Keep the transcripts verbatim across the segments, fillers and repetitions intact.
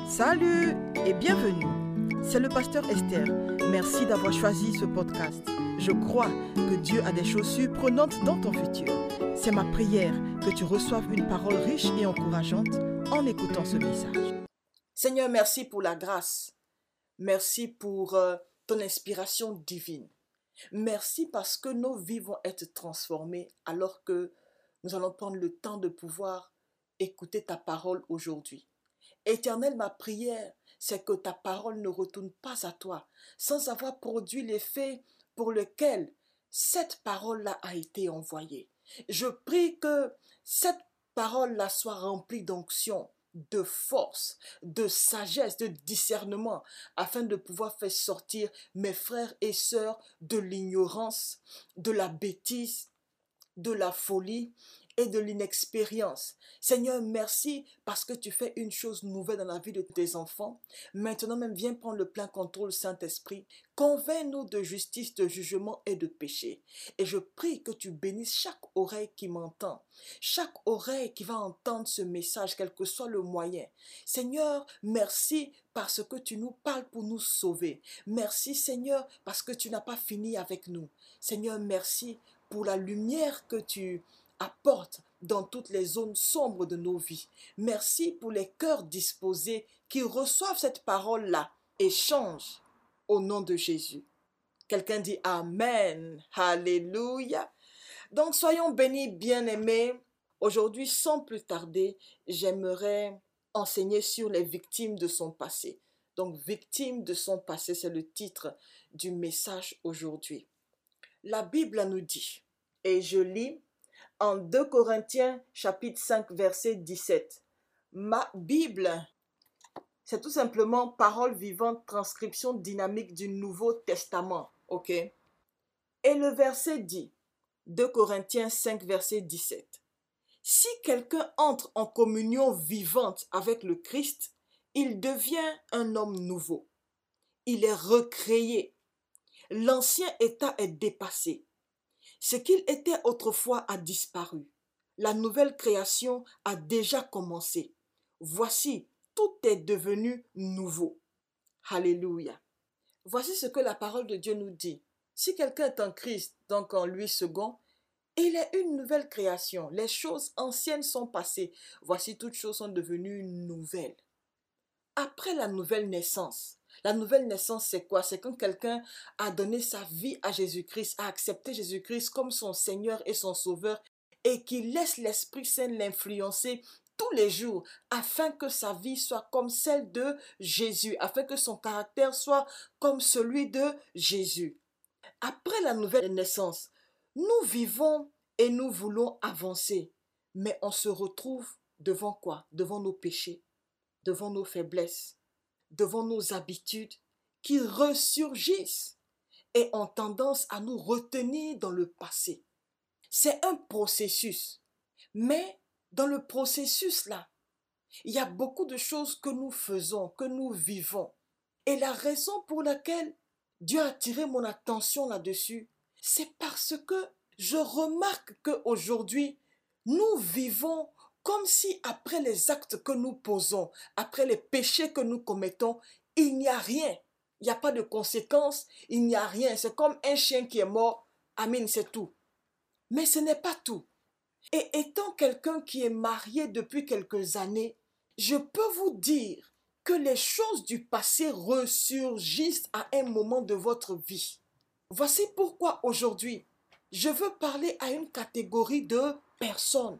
Salut et bienvenue. C'est le pasteur Esther. Merci d'avoir choisi ce podcast. Je crois que Dieu a des choses surprenantes dans ton futur. C'est ma prière que tu reçoives une parole riche et encourageante en écoutant ce message. Seigneur, merci pour la grâce. Merci pour euh, ton inspiration divine. Merci parce que nos vies vont être transformées alors que nous allons prendre le temps de pouvoir écouter ta parole aujourd'hui. Éternel, ma prière, c'est que ta parole ne retourne pas à toi sans avoir produit l'effet pour lequel cette parole-là a été envoyée. Je prie que cette parole-là soit remplie d'onction, de force, de sagesse, de discernement, afin de pouvoir faire sortir mes frères et sœurs de l'ignorance, de la bêtise, de la folie et de l'inexpérience. Seigneur, merci parce que tu fais une chose nouvelle dans la vie de tes enfants. Maintenant même, viens prendre le plein contrôle, Saint-Esprit. Convainc-nous de justice, de jugement et de péché. Et je prie que tu bénisses chaque oreille qui m'entend, chaque oreille qui va entendre ce message, quel que soit le moyen. Seigneur, merci parce que tu nous parles pour nous sauver. Merci, Seigneur, parce que tu n'as pas fini avec nous. Seigneur, merci pour la lumière que tu apportes dans toutes les zones sombres de nos vies. Merci pour les cœurs disposés qui reçoivent cette parole-là et changent au nom de Jésus. Quelqu'un dit Amen, Alléluia. Donc soyons bénis, bien-aimés. Aujourd'hui, sans plus tarder, j'aimerais enseigner sur les victimes de son passé. Donc, victimes de son passé, c'est le titre du message aujourd'hui. La Bible nous dit, et je lis en deux Corinthiens chapitre cinq verset dix-sept. Ma Bible, c'est tout simplement parole vivante, transcription dynamique du Nouveau Testament, ok? Et le verset dit, deux Corinthiens cinq verset dix-sept. Si quelqu'un entre en communion vivante avec le Christ, il devient un homme nouveau. Il est recréé. L'ancien état est dépassé. Ce qu'il était autrefois a disparu. La nouvelle création a déjà commencé. Voici, tout est devenu nouveau. Alléluia. Voici ce que la parole de Dieu nous dit. Si quelqu'un est en Christ, donc en lui second, il est une nouvelle création. Les choses anciennes sont passées. Voici, toutes choses sont devenues nouvelles. Après la nouvelle naissance, la nouvelle naissance, c'est quoi? C'est quand quelqu'un a donné sa vie à Jésus-Christ, a accepté Jésus-Christ comme son Seigneur et son Sauveur et qui laisse l'Esprit Saint l'influencer tous les jours afin que sa vie soit comme celle de Jésus, afin que son caractère soit comme celui de Jésus. Après la nouvelle naissance, nous vivons et nous voulons avancer, mais on se retrouve devant quoi? Devant nos péchés, devant nos faiblesses, devant nos habitudes qui ressurgissent et ont tendance à nous retenir dans le passé. C'est un processus, mais dans le processus-là, il y a beaucoup de choses que nous faisons, que nous vivons. Et la raison pour laquelle Dieu a attiré mon attention là-dessus, c'est parce que je remarque qu'aujourd'hui, nous vivons comme si après les actes que nous posons, après les péchés que nous commettons, il n'y a rien. Il n'y a pas de conséquences, il n'y a rien. C'est comme un chien qui est mort, amen, c'est tout. Mais ce n'est pas tout. Et étant quelqu'un qui est marié depuis quelques années, je peux vous dire que les choses du passé ressurgissent à un moment de votre vie. Voici pourquoi aujourd'hui, je veux parler à une catégorie de personnes.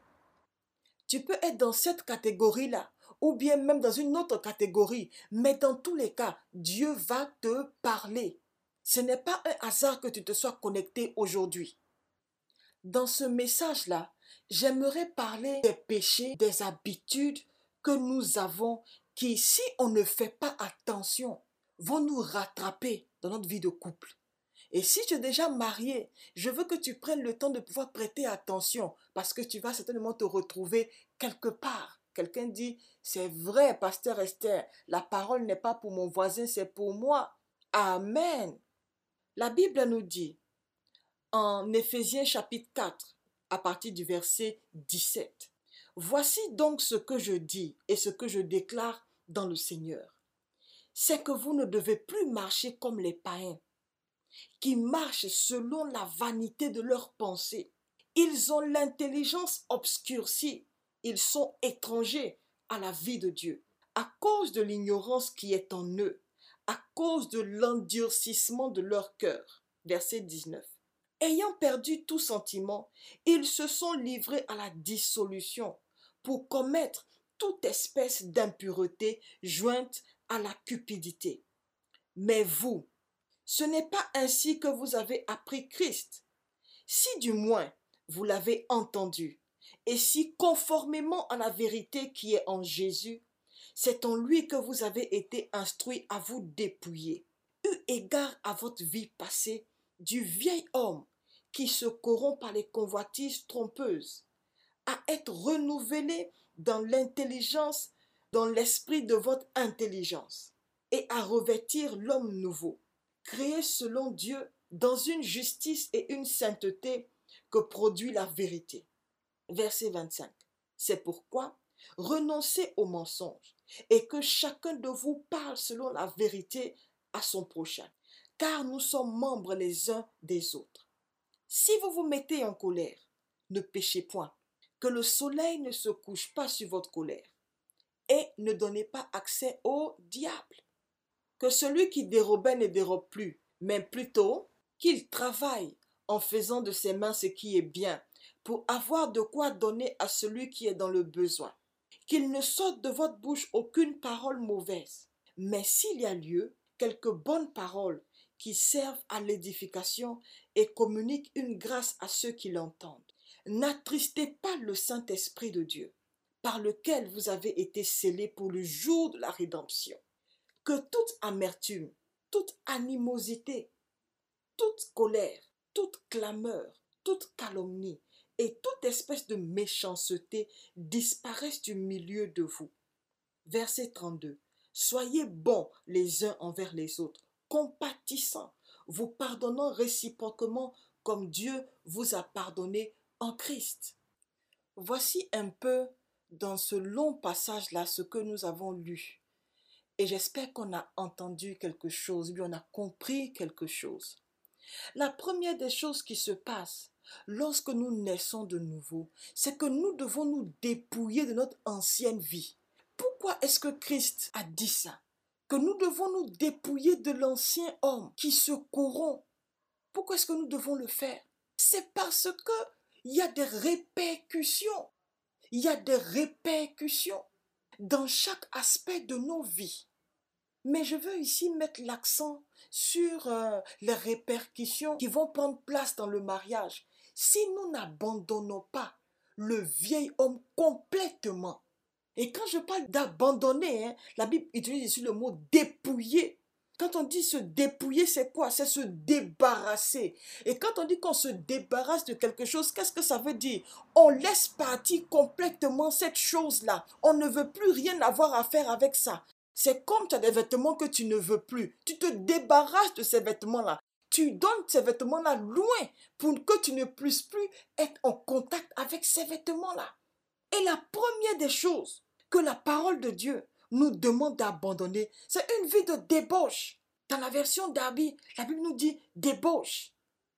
Tu peux être dans cette catégorie-là ou bien même dans une autre catégorie, mais dans tous les cas, Dieu va te parler. Ce n'est pas un hasard que tu te sois connecté aujourd'hui. Dans ce message-là, j'aimerais parler des péchés, des habitudes que nous avons qui, si on ne fait pas attention, vont nous rattraper dans notre vie de couple. Et si tu es déjà marié, je veux que tu prennes le temps de pouvoir prêter attention parce que tu vas certainement te retrouver quelque part. Quelqu'un dit, c'est vrai, pasteur Esther, la parole n'est pas pour mon voisin, c'est pour moi. Amen. La Bible nous dit, en Éphésiens chapitre quatre, à partir du verset dix-sept, voici donc ce que je dis et ce que je déclare dans le Seigneur, c'est que vous ne devez plus marcher comme les païens, qui marchent selon la vanité de leurs pensées. Ils ont l'intelligence obscurcie, ils sont étrangers à la vie de Dieu, à cause de l'ignorance qui est en eux, à cause de l'endurcissement de leur cœur. Verset dix-neuf. Ayant perdu tout sentiment, ils se sont livrés à la dissolution pour commettre toute espèce d'impureté jointe à la cupidité. Mais vous, ce n'est pas ainsi que vous avez appris Christ. Si du moins vous l'avez entendu, et si conformément à la vérité qui est en Jésus, c'est en lui que vous avez été instruits à vous dépouiller, eu égard à votre vie passée, du vieil homme qui se corrompt par les convoitises trompeuses, à être renouvelé dans l'intelligence, dans l'esprit de votre intelligence, et à revêtir l'homme nouveau, créé selon Dieu dans une justice et une sainteté que produit la vérité. Verset vingt-cinq. C'est pourquoi renoncez au mensonge et que chacun de vous parle selon la vérité à son prochain, car nous sommes membres les uns des autres. Si vous vous mettez en colère, ne péchez point, que le soleil ne se couche pas sur votre colère, et ne donnez pas accès au diable. Que celui qui dérobait ne dérobe plus, mais plutôt qu'il travaille en faisant de ses mains ce qui est bien, pour avoir de quoi donner à celui qui est dans le besoin. Qu'il ne sorte de votre bouche aucune parole mauvaise, mais s'il y a lieu, quelques bonnes paroles qui servent à l'édification et communiquent une grâce à ceux qui l'entendent. N'attristez pas le Saint-Esprit de Dieu, par lequel vous avez été scellés pour le jour de la rédemption. Que toute amertume, toute animosité, toute colère, toute clameur, toute calomnie et toute espèce de méchanceté disparaissent du milieu de vous. Verset trente-deux. Soyez bons les uns envers les autres, compatissants, vous pardonnant réciproquement comme Dieu vous a pardonné en Christ. Voici un peu dans ce long passage-là ce que nous avons lu. Et j'espère qu'on a entendu quelque chose, bien on a compris quelque chose. La première des choses qui se passe lorsque nous naissons de nouveau, c'est que nous devons nous dépouiller de notre ancienne vie. Pourquoi est-ce que Christ a dit ça? Que nous devons nous dépouiller de l'ancien homme qui se corrompt. Pourquoi est-ce que nous devons le faire? C'est parce que il y a des répercussions. Il y a des répercussions dans chaque aspect de nos vies. Mais je veux ici mettre l'accent sur euh, les répercussions qui vont prendre place dans le mariage. Si nous n'abandonnons pas le vieil homme complètement, et quand je parle d'abandonner, hein, la Bible utilise ici le mot dépouiller. Quand on dit se dépouiller, c'est quoi? C'est se débarrasser. Et quand on dit qu'on se débarrasse de quelque chose, qu'est-ce que ça veut dire? On laisse partir complètement cette chose-là. On ne veut plus rien avoir à faire avec ça. C'est comme tu as des vêtements que tu ne veux plus. Tu te débarrasses de ces vêtements-là. Tu donnes ces vêtements-là loin pour que tu ne puisses plus être en contact avec ces vêtements-là. Et la première des choses que la parole de Dieu nous demande d'abandonner, c'est une vie de débauche. Dans la version d'Abi, la Bible nous dit débauche.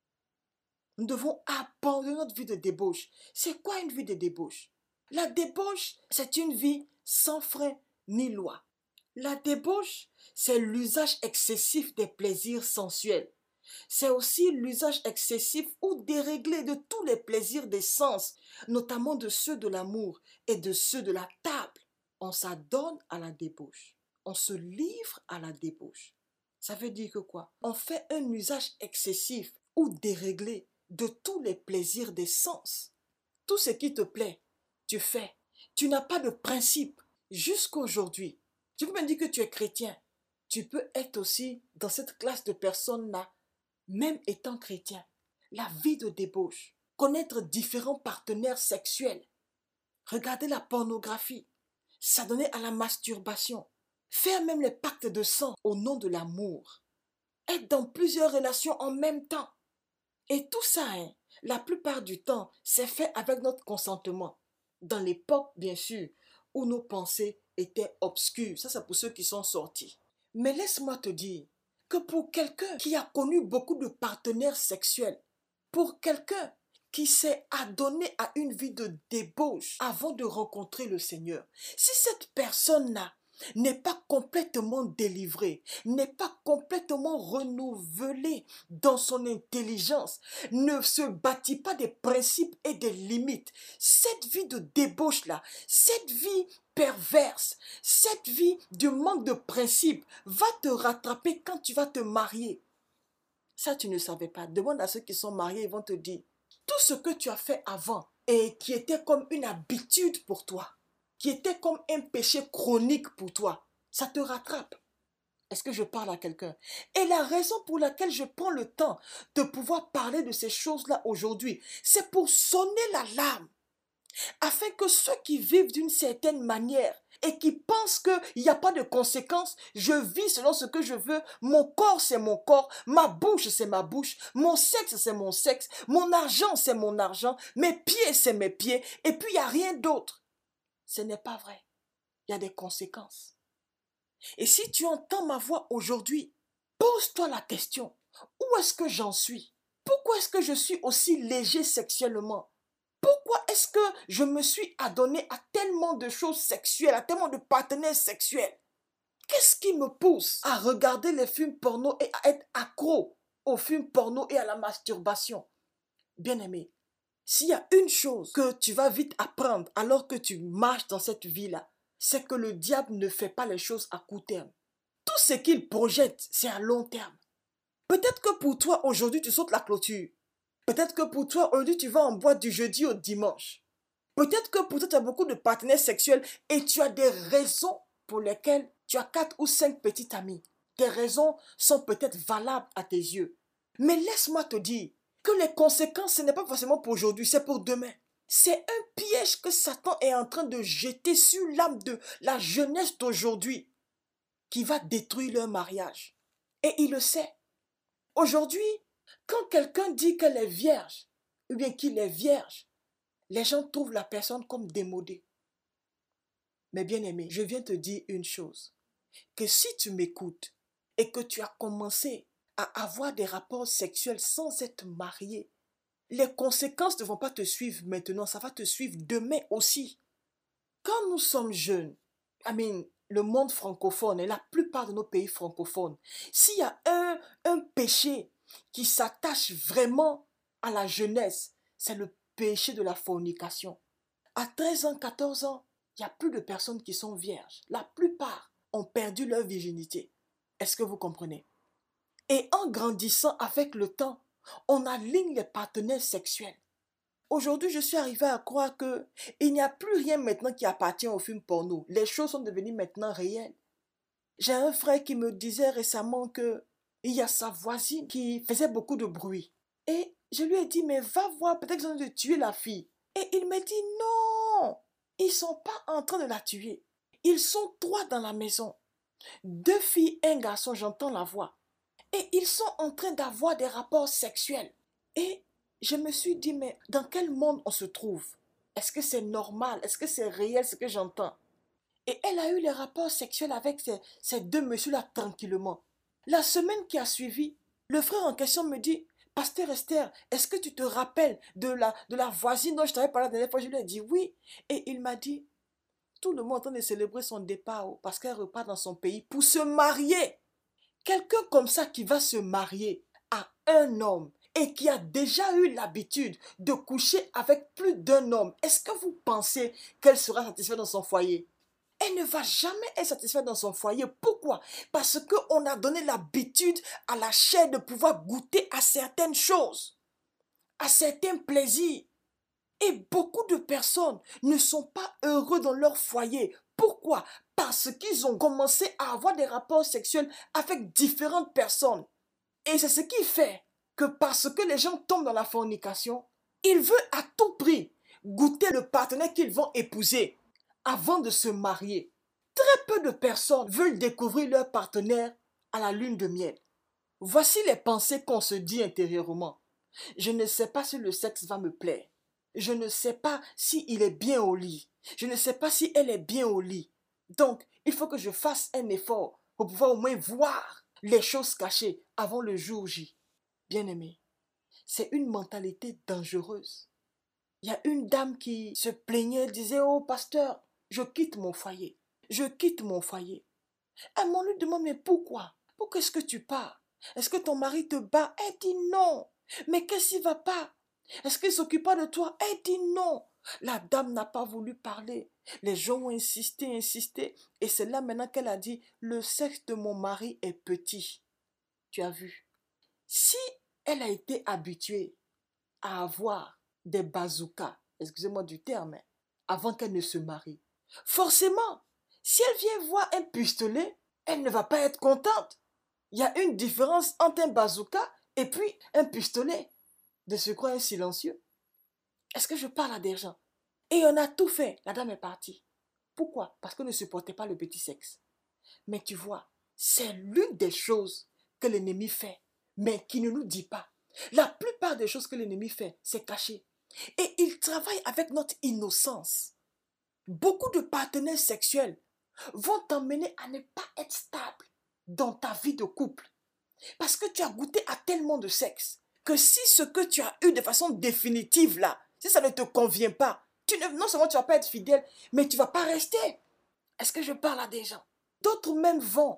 Nous devons abandonner notre vie de débauche. C'est quoi une vie de débauche? La débauche, c'est une vie sans frein ni loi. La débauche, c'est l'usage excessif des plaisirs sensuels. C'est aussi l'usage excessif ou déréglé de tous les plaisirs des sens, notamment de ceux de l'amour et de ceux de la table. On s'adonne à la débauche. On se livre à la débauche. Ça veut dire que quoi? On fait un usage excessif ou déréglé de tous les plaisirs des sens. Tout ce qui te plaît, tu fais. Tu n'as pas de principe. Jusqu'aujourd'hui, tu peux me dire que tu es chrétien. Tu peux être aussi dans cette classe de personnes-là, même étant chrétien. La vie de débauche, connaître différents partenaires sexuels, regarder la pornographie, s'adonner à la masturbation, faire même les pactes de sang au nom de l'amour, être dans plusieurs relations en même temps. Et tout ça, hein, la plupart du temps, c'est fait avec notre consentement. Dans l'époque, bien sûr, où nos pensées était obscur. Ça, c'est pour ceux qui sont sortis. Mais laisse-moi te dire que pour quelqu'un qui a connu beaucoup de partenaires sexuels, pour quelqu'un qui s'est adonné à une vie de débauche avant de rencontrer le Seigneur, si cette personne-là n'est pas complètement délivrée, n'est pas complètement renouvelée dans son intelligence, ne se bâtit pas des principes et des limites, cette vie de débauche-là, cette vie perverse, cette vie de manque de principes va te rattraper quand tu vas te marier. Ça, tu ne savais pas. Demande à ceux qui sont mariés, ils vont te dire, tout ce que tu as fait avant et qui était comme une habitude pour toi, qui était comme un péché chronique pour toi, ça te rattrape. Est-ce que je parle à quelqu'un? Et la raison pour laquelle je prends le temps de pouvoir parler de ces choses-là aujourd'hui, c'est pour sonner l'alarme, afin que ceux qui vivent d'une certaine manière et qui pensent qu'il n'y a pas de conséquences, je vis selon ce que je veux, mon corps c'est mon corps, ma bouche c'est ma bouche, mon sexe c'est mon sexe, mon argent c'est mon argent, mes pieds c'est mes pieds, et puis il n'y a rien d'autre. Ce n'est pas vrai. Il y a des conséquences. Et si tu entends ma voix aujourd'hui, pose-toi la question, où est-ce que j'en suis? Pourquoi est-ce que je suis aussi léger sexuellement? Pourquoi est-ce que je me suis adonné à tellement de choses sexuelles, à tellement de partenaires sexuels? Qu'est-ce qui me pousse à regarder les films porno et à être accro aux films porno et à la masturbation? Bien-aimé, s'il y a une chose que tu vas vite apprendre alors que tu marches dans cette vie-là, c'est que le diable ne fait pas les choses à court terme. Tout ce qu'il projette, c'est à long terme. Peut-être que pour toi, aujourd'hui, tu sautes la clôture. Peut-être que pour toi, aujourd'hui, tu vas en boîte du jeudi au dimanche. Peut-être que pour toi, tu as beaucoup de partenaires sexuels et tu as des raisons pour lesquelles tu as quatre ou cinq petites amies. Tes raisons sont peut-être valables à tes yeux. Mais laisse-moi te dire que les conséquences, ce n'est pas forcément pour aujourd'hui, c'est pour demain. C'est un piège que Satan est en train de jeter sur l'âme de la jeunesse d'aujourd'hui qui va détruire leur mariage. Et il le sait. Aujourd'hui, quand quelqu'un dit qu'elle est vierge, ou bien qu'il est vierge, les gens trouvent la personne comme démodée. Mais bien aimé, je viens te dire une chose, que si tu m'écoutes et que tu as commencé à avoir des rapports sexuels sans être marié, les conséquences ne vont pas te suivre maintenant, ça va te suivre demain aussi. Quand nous sommes jeunes, I mean, le monde francophone et la plupart de nos pays francophones, s'il y a un, un péché qui s'attache vraiment à la jeunesse, c'est le péché de la fornication. À treize ans, quatorze ans, il n'y a plus de personnes qui sont vierges. La plupart ont perdu leur virginité. Est-ce que vous comprenez? Et en grandissant avec le temps, on aligne les partenaires sexuels. Aujourd'hui, je suis arrivée à croire qu'il n'y a plus rien maintenant qui appartient au film porno. Les choses sont devenues maintenant réelles. J'ai un frère qui me disait récemment qu'il y a sa voisine qui faisait beaucoup de bruit. Et je lui ai dit, mais va voir, peut-être qu'ils ont de tuer la fille. Et il me dit, non, ils ne sont pas en train de la tuer. Ils sont trois dans la maison. Deux filles, un garçon, j'entends la voix. Et ils sont en train d'avoir des rapports sexuels. Et je me suis dit, mais dans quel monde on se trouve? Est-ce que c'est normal? Est-ce que c'est réel ce que j'entends? Et elle a eu les rapports sexuels avec ces, ces deux messieurs-là tranquillement. La semaine qui a suivi, le frère en question me dit, Pasteur Esther, est-ce que tu te rappelles de la, de la voisine dont je t'avais parlé la dernière fois? Je lui ai dit oui. Et il m'a dit, tout le monde est en train de célébrer son départ parce qu'elle repart dans son pays pour se marier. Quelqu'un comme ça qui va se marier à un homme et qui a déjà eu l'habitude de coucher avec plus d'un homme, est-ce que vous pensez qu'elle sera satisfaite dans son foyer? Elle ne va jamais être satisfaite dans son foyer. Pourquoi? Parce qu'on a donné l'habitude à la chair de pouvoir goûter à certaines choses, à certains plaisirs. Et beaucoup de personnes ne sont pas heureux dans leur foyer. Pourquoi? Parce qu'ils ont commencé à avoir des rapports sexuels avec différentes personnes. Et c'est ce qui fait que parce que les gens tombent dans la fornication, ils veulent à tout prix goûter le partenaire qu'ils vont épouser avant de se marier. Très peu de personnes veulent découvrir leur partenaire à la lune de miel. Voici les pensées qu'on se dit intérieurement. Je ne sais pas si le sexe va me plaire. Je ne sais pas s'il est bien au lit. Je ne sais pas si elle est bien au lit. Donc, il faut que je fasse un effort pour pouvoir au moins voir les choses cachées avant le jour J. Bien-aimé, c'est une mentalité dangereuse. Il y a une dame qui se plaignait, elle disait, oh pasteur, je quitte mon foyer. Je quitte mon foyer. Un moment, on lui demande, mais pourquoi? Pourquoi est-ce que tu pars? Est-ce que ton mari te bat? Elle dit non. Mais qu'est-ce qui ne va pas? Est-ce qu'il ne s'occupe pas de toi? Elle dit non. La dame n'a pas voulu parler. Les gens ont insisté, insisté. Et c'est là maintenant qu'elle a dit, le sexe de mon mari est petit. Tu as vu? Si elle a été habituée à avoir des bazookas, excusez-moi du terme, avant qu'elle ne se marie, forcément, si elle vient voir un pistolet, elle ne va pas être contente. Il y a une différence entre un bazooka et puis un pistolet. De surcroît, un silencieux. Est-ce que je parle à des gens? Et on a tout fait. La dame est partie. Pourquoi? Parce qu'elle ne supportait pas le petit sexe. Mais tu vois, c'est l'une des choses que l'ennemi fait, mais qui ne nous dit pas. La plupart des choses que l'ennemi fait, c'est caché. Et il travaille avec notre innocence. Beaucoup de partenaires sexuels vont t'emmener à ne pas être stable dans ta vie de couple. Parce que tu as goûté à tellement de sexe que si ce que tu as eu de façon définitive là, si ça ne te convient pas, tu ne, non seulement tu ne vas pas être fidèle, mais tu ne vas pas rester. Est-ce que je parle à des gens? D'autres même vont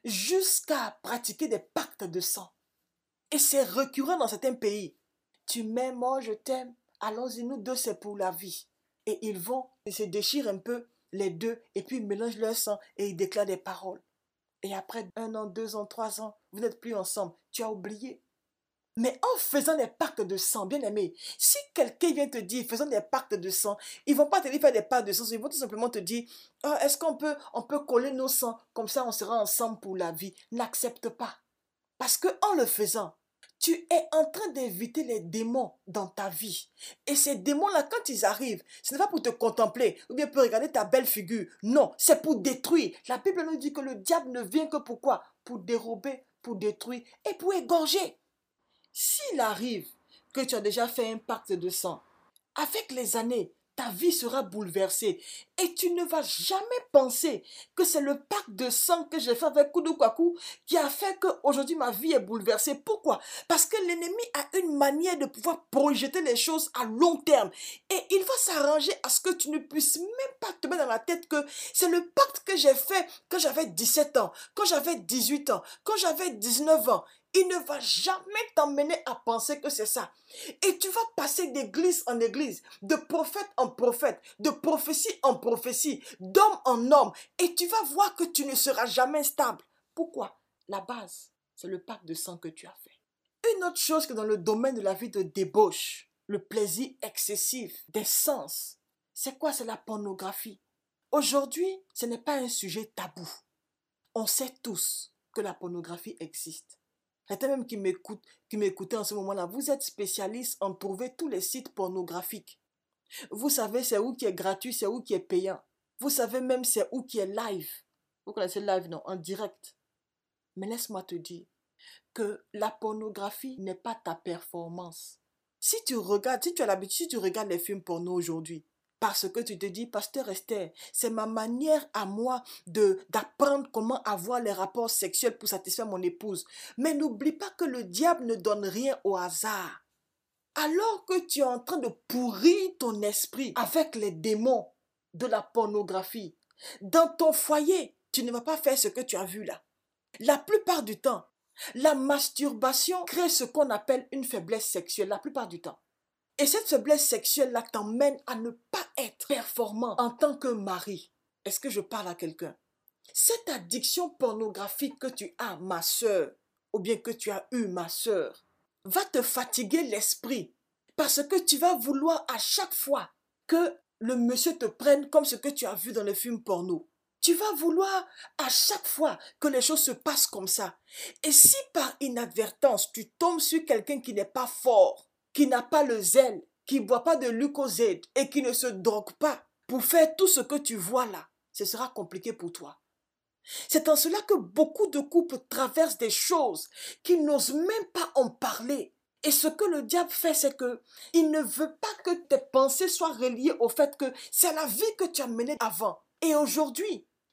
jusqu'à pratiquer des pactes de sang. Et c'est récurrent dans certains pays. Tu m'aimes, moi je t'aime, allons-y, nous deux c'est pour la vie. Et ils vont, ils se déchirent un peu les deux, et puis ils mélangent leur sang et ils déclarent des paroles. Et après un an, deux ans, trois ans, vous n'êtes plus ensemble. Tu as oublié. Mais en faisant des pactes de sang, bien aimé, si quelqu'un vient te dire, faisons des pactes de sang, ils ne vont pas te dire faire des pactes de sang, ils vont tout simplement te dire, oh, est-ce qu'on peut, on peut coller nos sangs, comme ça on sera ensemble pour la vie. N'accepte pas. Parce qu'en le faisant, tu es en train d'inviter les démons dans ta vie. Et ces démons-là, quand ils arrivent, ce n'est pas pour te contempler ou bien pour regarder ta belle figure. Non, c'est pour détruire. La Bible nous dit que le diable ne vient que pour quoi? Pour dérober, pour détruire et pour égorger. S'il arrive que tu as déjà fait un pacte de sang, avec les années, ta vie sera bouleversée et tu ne vas jamais penser que c'est le pacte de sang que j'ai fait avec Koudou Kwaku qui a fait qu'aujourd'hui ma vie est bouleversée. Pourquoi? Parce que l'ennemi a une manière de pouvoir projeter les choses à long terme et il va s'arranger à ce que tu ne puisses même pas te mettre dans la tête que c'est le pacte que j'ai fait quand j'avais dix-sept ans, quand j'avais dix-huit ans, quand j'avais dix-neuf ans. Il ne va jamais t'emmener à penser que c'est ça. Et tu vas passer d'église en église, de prophète en prophète, de prophétie en prophétie, d'homme en homme. Et tu vas voir que tu ne seras jamais stable. Pourquoi? La base, c'est le pacte de sang que tu as fait. Une autre chose que dans le domaine de la vie de débauche, le plaisir excessif des sens, c'est quoi? C'est la pornographie. Aujourd'hui, ce n'est pas un sujet tabou. On sait tous que la pornographie existe. Certains même qui m'écoutent, qui m'écoutaient en ce moment-là, vous êtes spécialiste en trouver tous les sites pornographiques. Vous savez c'est où qui est gratuit, c'est où qui est payant. Vous savez même c'est où qui est live. Vous connaissez live, non? En direct. Mais laisse-moi te dire que la pornographie n'est pas ta performance. Si tu regardes, si tu as l'habitude, si tu regardes les films porno aujourd'hui, parce que tu te dis, Pasteur Esther, c'est ma manière à moi de d'apprendre comment avoir les rapports sexuels pour satisfaire mon épouse. Mais n'oublie pas que le diable ne donne rien au hasard. Alors que tu es en train de pourrir ton esprit avec les démons de la pornographie, dans ton foyer, tu ne vas pas faire ce que tu as vu là. La plupart du temps, la masturbation crée ce qu'on appelle une faiblesse sexuelle, la plupart du temps. Et cette faiblesse sexuelle-là t'emmène à ne pas être performant en tant que mari. Est-ce que je parle à quelqu'un? Cette addiction pornographique que tu as, ma sœur, ou bien que tu as eu, ma sœur, va te fatiguer l'esprit. Parce que tu vas vouloir à chaque fois que le monsieur te prenne comme ce que tu as vu dans le film porno. Tu vas vouloir à chaque fois que les choses se passent comme ça. Et si par inadvertance, tu tombes sur quelqu'un qui n'est pas fort, qui n'a pas le zèle, qui ne boit pas de Lucozade et qui ne se drogue pas pour faire tout ce que tu vois là, ce sera compliqué pour toi. C'est en cela que beaucoup de couples traversent des choses qu'ils n'osent même pas en parler. Et ce que le diable fait, c'est que il ne veut pas que tes pensées soient reliées au fait que c'est la vie que tu as menée avant. Et aujourd'hui,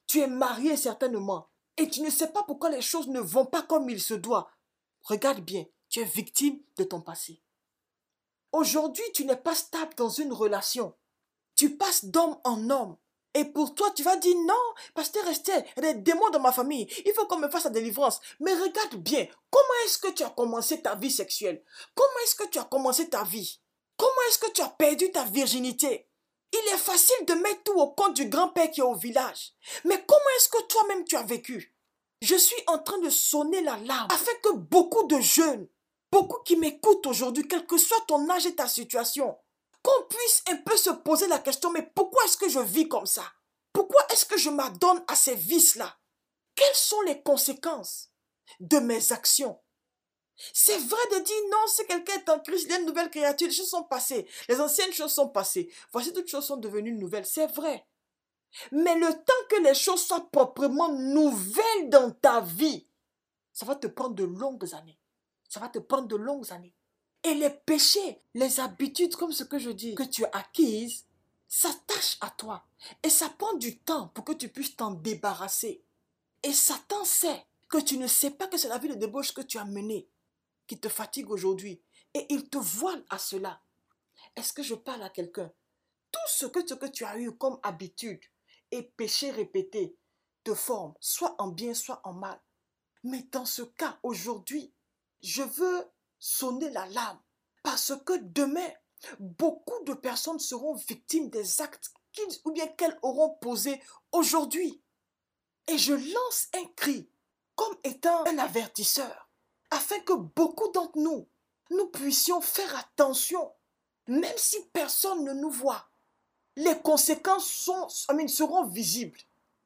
Tu es marié certainement et tu ne sais pas pourquoi les choses ne vont pas comme il se doit. Regarde bien, tu es victime de ton passé. Aujourd'hui, tu n'es pas stable dans une relation. Tu passes d'homme en homme. Et pour toi, tu vas dire non, pasteur Esther, il y a des démons dans ma famille. Il faut qu'on me fasse la délivrance. Mais regarde bien, comment est-ce que tu as commencé ta vie sexuelle? Comment est-ce que tu as commencé ta vie? Comment est-ce que tu as perdu ta virginité? Il est facile de mettre tout au compte du grand-père qui est au village. Mais comment est-ce que toi-même tu as vécu? Je suis en train de sonner l'alarme afin que beaucoup de jeunes, beaucoup qui m'écoutent aujourd'hui, quel que soit ton âge et ta situation, qu'on puisse un peu se poser la question, mais pourquoi est-ce que je vis comme ça? Pourquoi est-ce que je m'adonne à ces vices-là? Quelles sont les conséquences de mes actions? C'est vrai de dire non, si quelqu'un est en Christ, il y a une nouvelle créature, les choses sont passées, les anciennes choses sont passées, voici toutes choses sont devenues nouvelles, c'est vrai. Mais le temps que les choses soient proprement nouvelles dans ta vie, ça va te prendre de longues années. Ça va te prendre de longues années. Et les péchés, les habitudes, comme ce que je dis, que tu as acquises, s'attachent à toi. Et ça prend du temps pour que tu puisses t'en débarrasser. Et Satan sait que tu ne sais pas que c'est la vie de débauche que tu as menée qui te fatigue aujourd'hui. Et il te voile à cela. Est-ce que je parle à quelqu'un? Tout ce que, ce que tu as eu comme habitude et péché répété te forme, soit en bien, soit en mal. Mais dans ce cas, aujourd'hui, je veux sonner l'alarme parce que demain, beaucoup de personnes seront victimes des actes qu'ils ou bien qu'elles auront posés aujourd'hui. Et je lance un cri comme étant un avertisseur afin que beaucoup d'entre nous, nous puissions faire attention, même si personne ne nous voit. Les conséquences sont, I mean, seront visibles.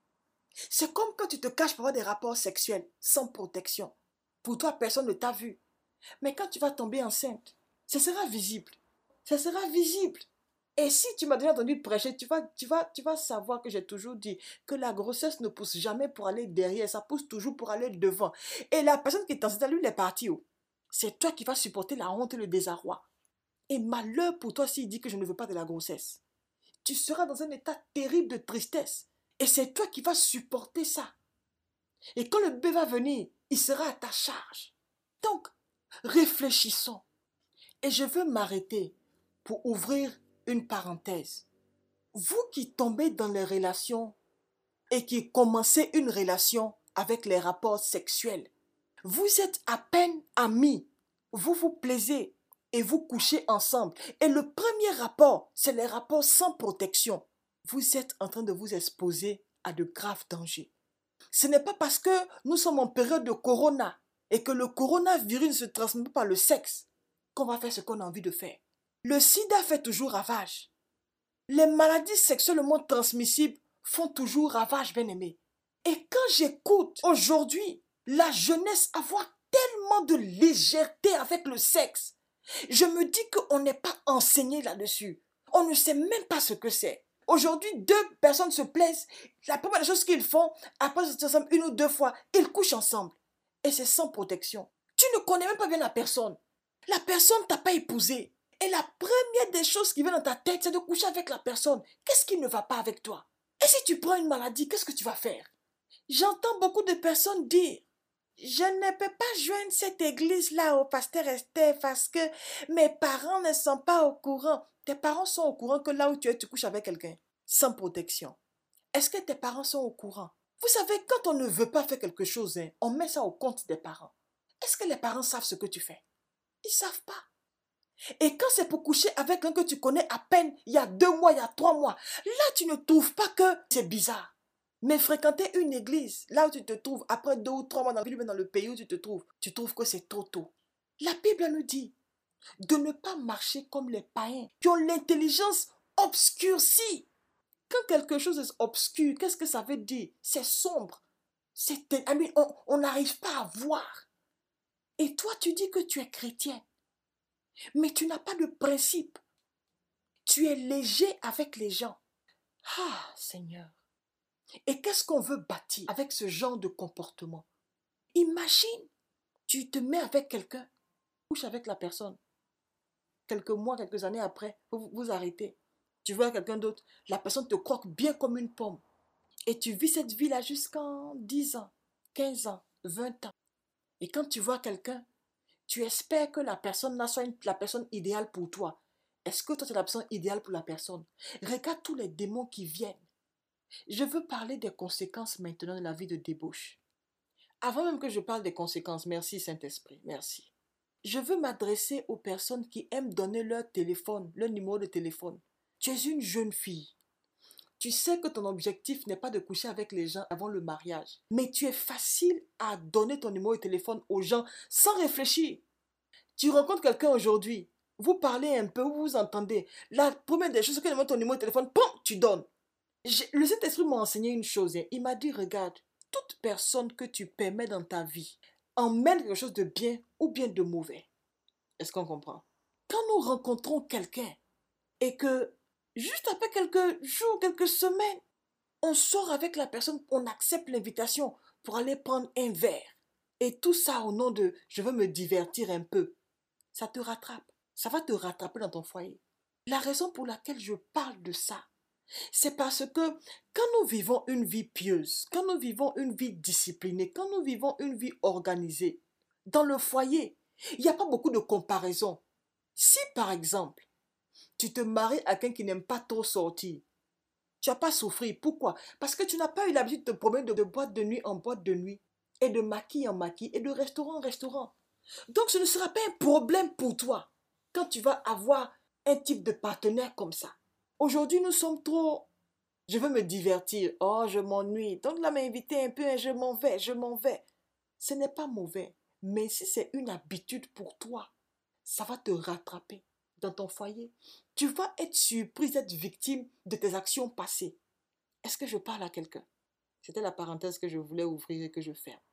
C'est comme quand tu te caches pour avoir des rapports sexuels sans protection. Pour toi, personne ne t'a vu. Mais quand tu vas tomber enceinte, ce sera visible. Ce sera visible. Et si tu m'as déjà entendu prêcher, tu vas, tu vas, tu vas savoir que j'ai toujours dit que la grossesse ne pousse jamais pour aller derrière, ça pousse toujours pour aller devant. Et la personne qui est enceinte, lui, il est parti où? C'est toi qui vas supporter la honte et le désarroi. Et malheur pour toi s'il dit que je ne veux pas de la grossesse. Tu seras dans un état terrible de tristesse. Et c'est toi qui vas supporter ça. Et quand le bébé va venir, il sera à ta charge. Donc, réfléchissons. Et je veux m'arrêter pour ouvrir une parenthèse. Vous qui tombez dans les relations et qui commencez une relation avec les rapports sexuels, vous êtes à peine amis, vous vous plaisez et vous couchez ensemble. Et le premier rapport, c'est les rapports sans protection. Vous êtes en train de vous exposer à de graves dangers. Ce n'est pas parce que nous sommes en période de corona et que le coronavirus ne se transmet pas par le sexe qu'on va faire ce qu'on a envie de faire. Le sida fait toujours ravage. Les maladies sexuellement transmissibles font toujours ravage, bien-aimé. Et quand j'écoute aujourd'hui la jeunesse avoir tellement de légèreté avec le sexe, je me dis qu'on n'est pas enseigné là-dessus. On ne sait même pas ce que c'est. Aujourd'hui, deux personnes se plaisent. La première des choses qu'ils font, après se ensemble une ou deux fois, ils couchent ensemble. Et c'est sans protection. Tu ne connais même pas bien la personne. La personne ne t'a pas épousé. Et la première des choses qui vient dans ta tête, c'est de coucher avec la personne. Qu'est-ce qui ne va pas avec toi? Et si tu prends une maladie, qu'est-ce que tu vas faire? J'entends beaucoup de personnes dire, je ne peux pas joindre cette église-là au pasteur Esther parce que mes parents ne sont pas au courant. Tes parents sont au courant que là où tu es, tu couches avec quelqu'un sans protection. Est-ce que tes parents sont au courant? Vous savez, quand on ne veut pas faire quelque chose, hein, on met ça au compte des parents. Est-ce que les parents savent ce que tu fais? Ils ne savent pas. Et quand c'est pour coucher avec un que tu connais à peine, il y a deux mois, il y a trois mois, là tu ne trouves pas que c'est bizarre. Mais fréquenter une église, là où tu te trouves, après deux ou trois mois dans la ville, dans le pays où tu te trouves, tu trouves que c'est trop tôt. La Bible nous dit de ne pas marcher comme les païens qui ont l'intelligence obscurcie. Quand quelque chose est obscur, qu'est-ce que ça veut dire? C'est sombre. C'est, on n'arrive pas à voir. Et toi, tu dis que tu es chrétien. Mais tu n'as pas de principe. Tu es léger avec les gens. Ah, Seigneur. Et qu'est-ce qu'on veut bâtir avec ce genre de comportement? Imagine, tu te mets avec quelqu'un, couche avec la personne. Quelques mois, quelques années après, vous vous arrêtez. Tu vois quelqu'un d'autre, la personne te croque bien comme une pomme. Et tu vis cette vie-là jusqu'en dix ans, quinze ans, vingt ans. Et quand tu vois quelqu'un, tu espères que la personne là soit une- la personne idéale pour toi. Est-ce que toi, tu es la personne idéale pour la personne? Regarde tous les démons qui viennent. Je veux parler des conséquences maintenant de la vie de débauche. Avant même que je parle des conséquences, merci Saint-Esprit, merci. Je veux m'adresser aux personnes qui aiment donner leur téléphone, leur numéro de téléphone. Tu es une jeune fille. Tu sais que ton objectif n'est pas de coucher avec les gens avant le mariage. Mais tu es facile à donner ton numéro de téléphone aux gens sans réfléchir. Tu rencontres quelqu'un aujourd'hui, vous parlez un peu, vous vous entendez. La première des choses, c'est que tu donnes ton numéro de téléphone, pom, tu donnes. J'ai- Le Saint-Esprit m'a enseigné une chose. hein. Il m'a dit, regarde, toute personne que tu permets dans ta vie emmène quelque chose de bien ou bien de mauvais. Est-ce qu'on comprend? Quand nous rencontrons quelqu'un et que juste après quelques jours, quelques semaines, on sort avec la personne, on accepte l'invitation pour aller prendre un verre. Et tout ça au nom de je veux me divertir un peu. Ça te rattrape. Ça va te rattraper dans ton foyer. La raison pour laquelle je parle de ça, c'est parce que quand nous vivons une vie pieuse, quand nous vivons une vie disciplinée, quand nous vivons une vie organisée, dans le foyer, il n'y a pas beaucoup de comparaison. Si par exemple, tu te maries à quelqu'un qui n'aime pas trop sortir, tu n'as pas souffert. Pourquoi? Parce que tu n'as pas eu l'habitude de te promener de, de boîte de nuit en boîte de nuit, et de maquis en maquis, et de restaurant en restaurant. Donc ce ne sera pas un problème pour toi quand tu vas avoir un type de partenaire comme ça. Aujourd'hui, nous sommes trop... Je veux me divertir. Oh, je m'ennuie. Donc là, m'inviter un peu, hein, je m'en vais, je m'en vais. Ce n'est pas mauvais. Mais si c'est une habitude pour toi, ça va te rattraper dans ton foyer. Tu vas être surprise d'être victime de tes actions passées. Est-ce que je parle à quelqu'un? C'était la parenthèse que je voulais ouvrir et que je ferme.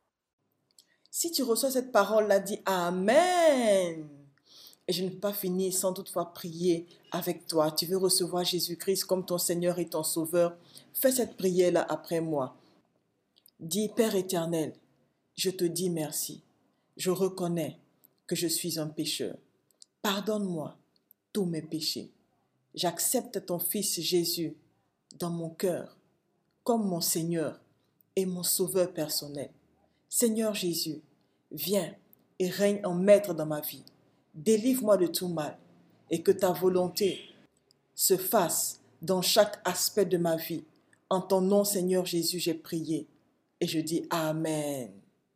Si tu reçois cette parole-là, dis Amen. Et je ne peux pas finir sans toutefois prier avec toi. Tu veux recevoir Jésus-Christ comme ton Seigneur et ton Sauveur. Fais cette prière-là après moi. Dis, Père éternel, je te dis merci. Je reconnais que je suis un pécheur. Pardonne-moi tous mes péchés. J'accepte ton Fils Jésus dans mon cœur comme mon Seigneur et mon Sauveur personnel. Seigneur Jésus, viens et règne en maître dans ma vie. Délivre-moi de tout mal et que ta volonté se fasse dans chaque aspect de ma vie. En ton nom, Seigneur Jésus, j'ai prié et je dis Amen.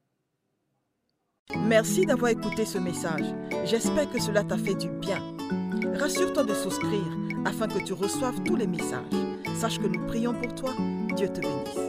Merci d'avoir écouté ce message. J'espère que cela t'a fait du bien. Rassure-toi de souscrire afin que tu reçoives tous les messages. Sache que nous prions pour toi. Dieu te bénisse.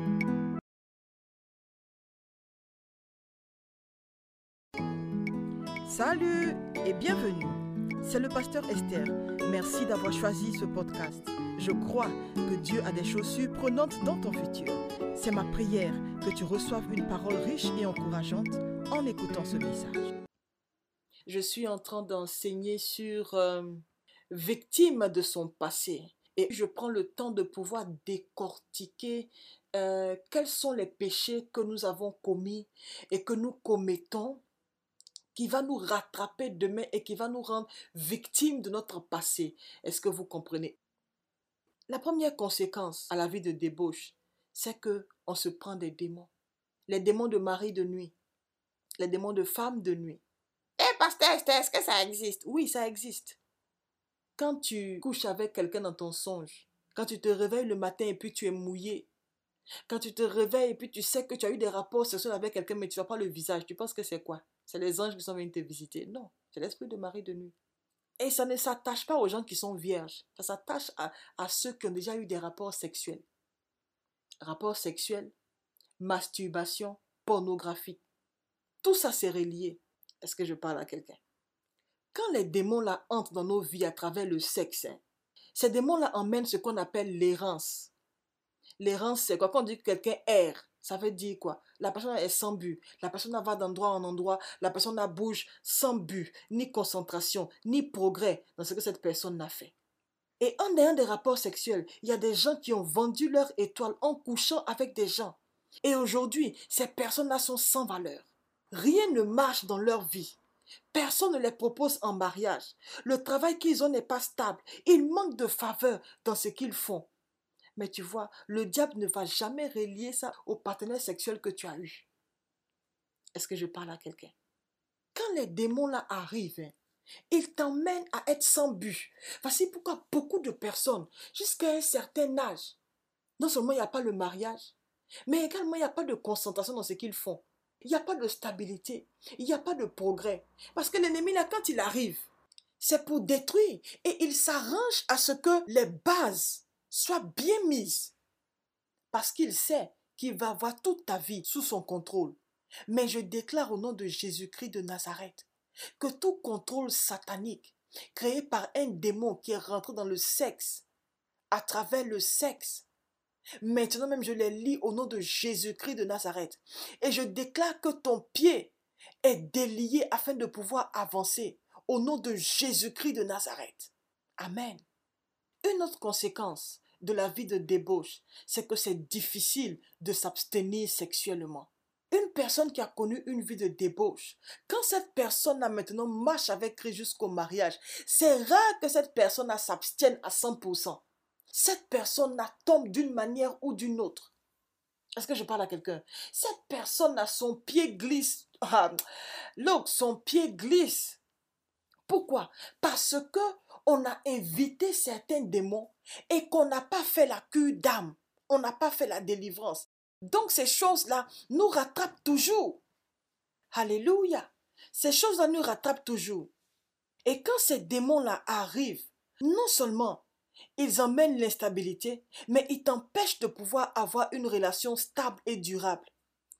Salut et bienvenue. C'est le pasteur Esther. Merci d'avoir choisi ce podcast. Je crois que Dieu a des choses surprenantes dans ton futur. C'est ma prière que tu reçoives une parole riche et encourageante en écoutant ce message. Je suis en train d'enseigner sur euh, victime de son passé. Et je prends le temps de pouvoir décortiquer euh, quels sont les péchés que nous avons commis et que nous commettons qui va nous rattraper demain et qui va nous rendre victimes de notre passé. Est-ce que vous comprenez? La première conséquence à la vie de débauche, c'est qu'on se prend des démons. Les démons de mari de nuit, les démons de femme de nuit. Eh, hey, pasteur, est-ce que ça existe? Oui, ça existe. Quand tu couches avec quelqu'un dans ton songe, quand tu te réveilles le matin et puis tu es mouillé, quand tu te réveilles et puis tu sais que tu as eu des rapports sexuels avec quelqu'un mais tu ne vois pas le visage, tu penses que c'est quoi? C'est les anges qui sont venus te visiter. Non, c'est l'esprit de mari de nuit. Et ça ne s'attache pas aux gens qui sont vierges. Ça s'attache à, à ceux qui ont déjà eu des rapports sexuels. Rapports sexuels, masturbation, pornographie. Tout ça c'est relié. Est-ce que je parle à quelqu'un? Quand les démons là entrent dans nos vies à travers le sexe, hein, ces démons là emmènent ce qu'on appelle l'errance. L'errance, c'est quoi? Quand on dit que quelqu'un erre, ça veut dire quoi? La personne est sans but. La personne va d'endroit en endroit. La personne bouge sans but, ni concentration, ni progrès dans ce que cette personne a fait. Et en ayant des rapports sexuels, il y a des gens qui ont vendu leur étoile en couchant avec des gens. Et aujourd'hui, ces personnes-là sont sans valeur. Rien ne marche dans leur vie. Personne ne les propose en mariage. Le travail qu'ils ont n'est pas stable. Ils manquent de faveur dans ce qu'ils font. Mais tu vois, le diable ne va jamais relier ça au partenaire sexuel que tu as eu. Est-ce que je parle à quelqu'un? Quand les démons là arrivent, hein, ils t'emmènent à être sans but. Voici pourquoi beaucoup de personnes, jusqu'à un certain âge, non seulement il n'y a pas le mariage, mais également il n'y a pas de concentration dans ce qu'ils font. Il n'y a pas de stabilité, il n'y a pas de progrès. Parce que l'ennemi là, quand il arrive, c'est pour détruire. Et il s'arrange à ce que les bases soient bien mises. Parce qu'il sait qu'il va avoir toute ta vie sous son contrôle. Mais je déclare au nom de Jésus-Christ de Nazareth que tout contrôle satanique créé par un démon qui est rentré dans le sexe, à travers le sexe, maintenant même je les lis au nom de Jésus-Christ de Nazareth. Et je déclare que ton pied est délié afin de pouvoir avancer au nom de Jésus-Christ de Nazareth. Amen. Une autre conséquence de la vie de débauche, c'est que c'est difficile de s'abstenir sexuellement. Une personne qui a connu une vie de débauche, quand cette personne-là maintenant marche avec Christ jusqu'au mariage, c'est rare que cette personne-là s'abstienne à cent pour cent. Cette personne-là tombe d'une manière ou d'une autre. Est-ce que je parle à quelqu'un? Cette personne-là, son pied glisse. Ah, look, son pied glisse. Pourquoi? Parce que on a invité certains démons et qu'on n'a pas fait la cure d'âme. On n'a pas fait la délivrance. Donc ces choses-là nous rattrapent toujours. Alléluia. Ces choses-là nous rattrapent toujours. Et quand ces démons-là arrivent, non seulement ils emmènent l'instabilité, mais ils t'empêchent de pouvoir avoir une relation stable et durable.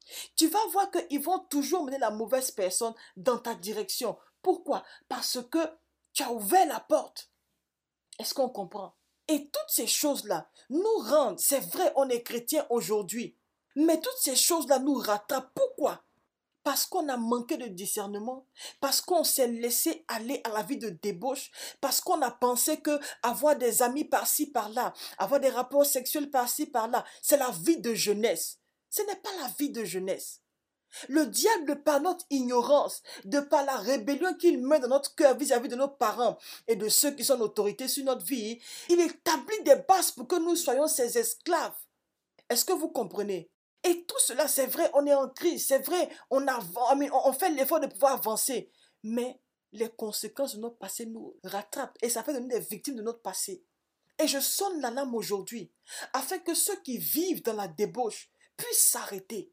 Tu vas voir qu'ils vont toujours mener la mauvaise personne dans ta direction. Pourquoi? Parce que tu as ouvert la porte. Est-ce qu'on comprend? Et toutes ces choses-là nous rendent, c'est vrai, on est chrétien aujourd'hui, mais toutes ces choses-là nous rattrapent. Pourquoi? Parce qu'on a manqué de discernement, parce qu'on s'est laissé aller à la vie de débauche, parce qu'on a pensé que avoir des amis par-ci par-là, avoir des rapports sexuels par-ci par-là, c'est la vie de jeunesse. Ce n'est pas la vie de jeunesse. Le diable, de par notre ignorance, de par la rébellion qu'il met dans notre cœur vis-à-vis de nos parents et de ceux qui sont en autorité sur notre vie, il établit des bases pour que nous soyons ses esclaves. Est-ce que vous comprenez? Et tout cela, c'est vrai, on est en crise, c'est vrai, on, on fait l'effort de pouvoir avancer. Mais les conséquences de notre passé nous rattrapent et ça fait de nous des victimes de notre passé. Et je sonne l'alarme aujourd'hui, afin que ceux qui vivent dans la débauche puissent s'arrêter.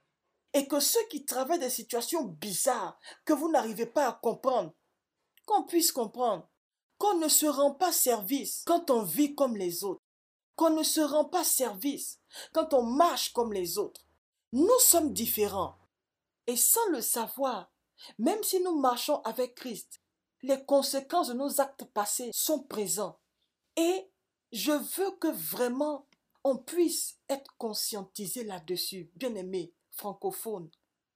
Et que ceux qui traversent des situations bizarres, que vous n'arrivez pas à comprendre, qu'on puisse comprendre, qu'on ne se rend pas service quand on vit comme les autres. Qu'on ne se rend pas service quand on marche comme les autres. Nous sommes différents. Et sans le savoir, même si nous marchons avec Christ, les conséquences de nos actes passés sont présentes. Et je veux que vraiment on puisse être conscientisé là-dessus, bien-aimés francophones.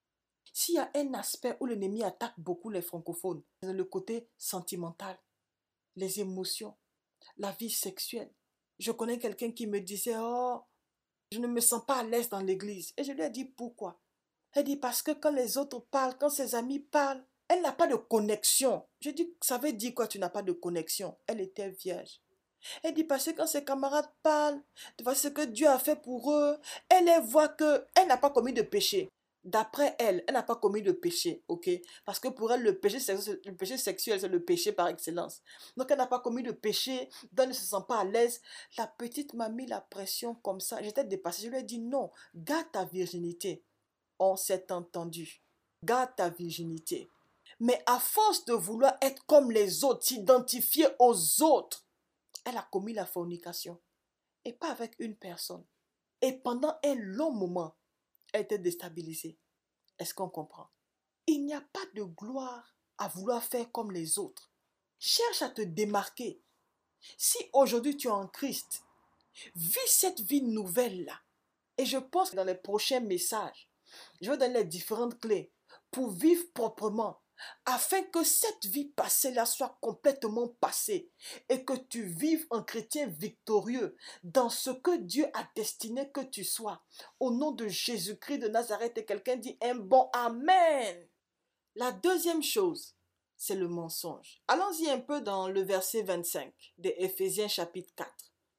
S'il y a un aspect où l'ennemi attaque beaucoup les francophones, c'est le côté sentimental, les émotions, la vie sexuelle. Je connais quelqu'un qui me disait, oh, je ne me sens pas à l'aise dans l'église. Et je lui ai dit, pourquoi? Elle dit, parce que quand les autres parlent, quand ses amis parlent, elle n'a pas de connexion. Je dis, ça veut dire quoi, tu n'as pas de connexion? Elle était vierge. Elle dit, parce que quand ses camarades parlent, de voir ce que Dieu a fait pour eux, elle les voit qu'elle n'a pas commis de péché. D'après elle, elle n'a pas commis de péché, ok? Parce que pour elle, le péché, le péché sexuel, c'est le péché par excellence. Donc, elle n'a pas commis de péché, donc elle ne se sent pas à l'aise. La petite m'a mis la pression comme ça. J'étais dépassée. Je lui ai dit, non, garde ta virginité. On s'est entendu. Garde ta virginité. Mais à force de vouloir être comme les autres, s'identifier aux autres, elle a commis la fornication. Et pas avec une personne. Et pendant un long moment, elle était déstabilisée. Est-ce qu'on comprend? Il n'y a pas de gloire à vouloir faire comme les autres. Cherche à te démarquer. Si aujourd'hui tu es en Christ, vis cette vie nouvelle-là. Et je pense que dans les prochains messages, je vais donner les différentes clés pour vivre proprement, afin que cette vie passée-là soit complètement passée et que tu vives un chrétien victorieux dans ce que Dieu a destiné que tu sois. Au nom de Jésus-Christ de Nazareth, et quelqu'un dit un bon Amen. La deuxième chose, c'est le mensonge. Allons-y un peu dans le verset vingt-cinq de Éphésiens chapitre quatre.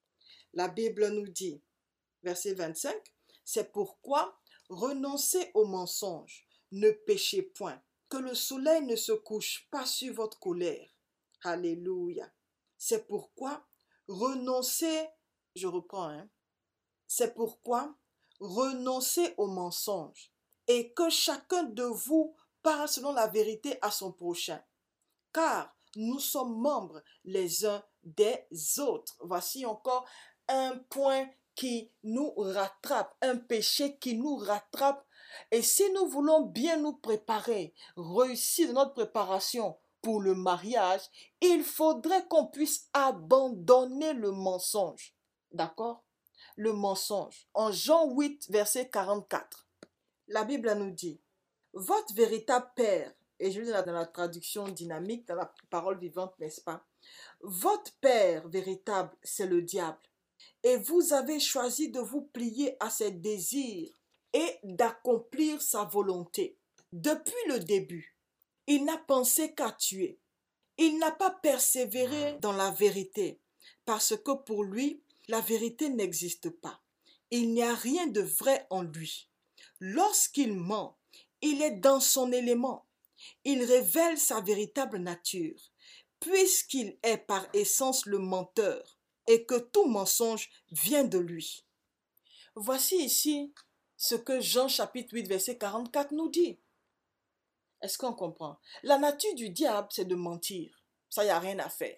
La Bible nous dit, verset vingt-cinq, c'est pourquoi renoncez au mensonge, ne péchez point, que le soleil ne se couche pas sur votre colère. Alléluia. C'est pourquoi renoncez, je reprends, hein, c'est pourquoi renoncez au mensonge et que chacun de vous parle selon la vérité à son prochain, car nous sommes membres les uns des autres. Voici encore un point qui nous rattrape, un péché qui nous rattrape. Et si nous voulons bien nous préparer, réussir dans notre préparation pour le mariage, il faudrait qu'on puisse abandonner le mensonge. D'accord? Le mensonge. En Jean huit, verset quarante-quatre, la Bible nous dit, votre véritable Père, et je lis dans la traduction dynamique, dans la parole vivante, n'est-ce pas? Votre Père véritable, c'est le diable. Et vous avez choisi de vous plier à ses désirs et d'accomplir sa volonté. Depuis le début, il n'a pensé qu'à tuer. Il n'a pas persévéré dans la vérité, parce que pour lui, la vérité n'existe pas. Il n'y a rien de vrai en lui. Lorsqu'il ment, il est dans son élément. Il révèle sa véritable nature, puisqu'il est par essence le menteur et que tout mensonge vient de lui. Voici ici ce que Jean chapitre huit verset quarante-quatre nous dit. Est-ce qu'on comprend? La nature du diable, c'est de mentir. Ça, il n'y a rien à faire.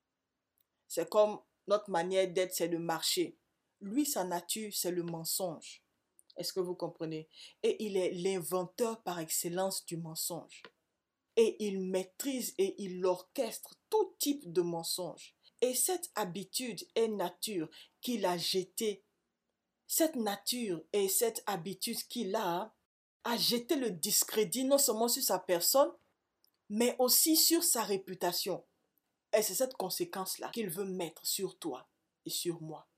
C'est comme notre manière d'être, c'est de marcher. Lui, sa nature, c'est le mensonge. Est-ce que vous comprenez? Et il est l'inventeur par excellence du mensonge. Et il maîtrise et il orchestre tout type de mensonge. Et cette habitude et nature qu'il a jetée, cette nature et cette habitude qu'il a, a jeté le discrédit non seulement sur sa personne, mais aussi sur sa réputation. Et c'est cette conséquence-là qu'il veut mettre sur toi et sur moi.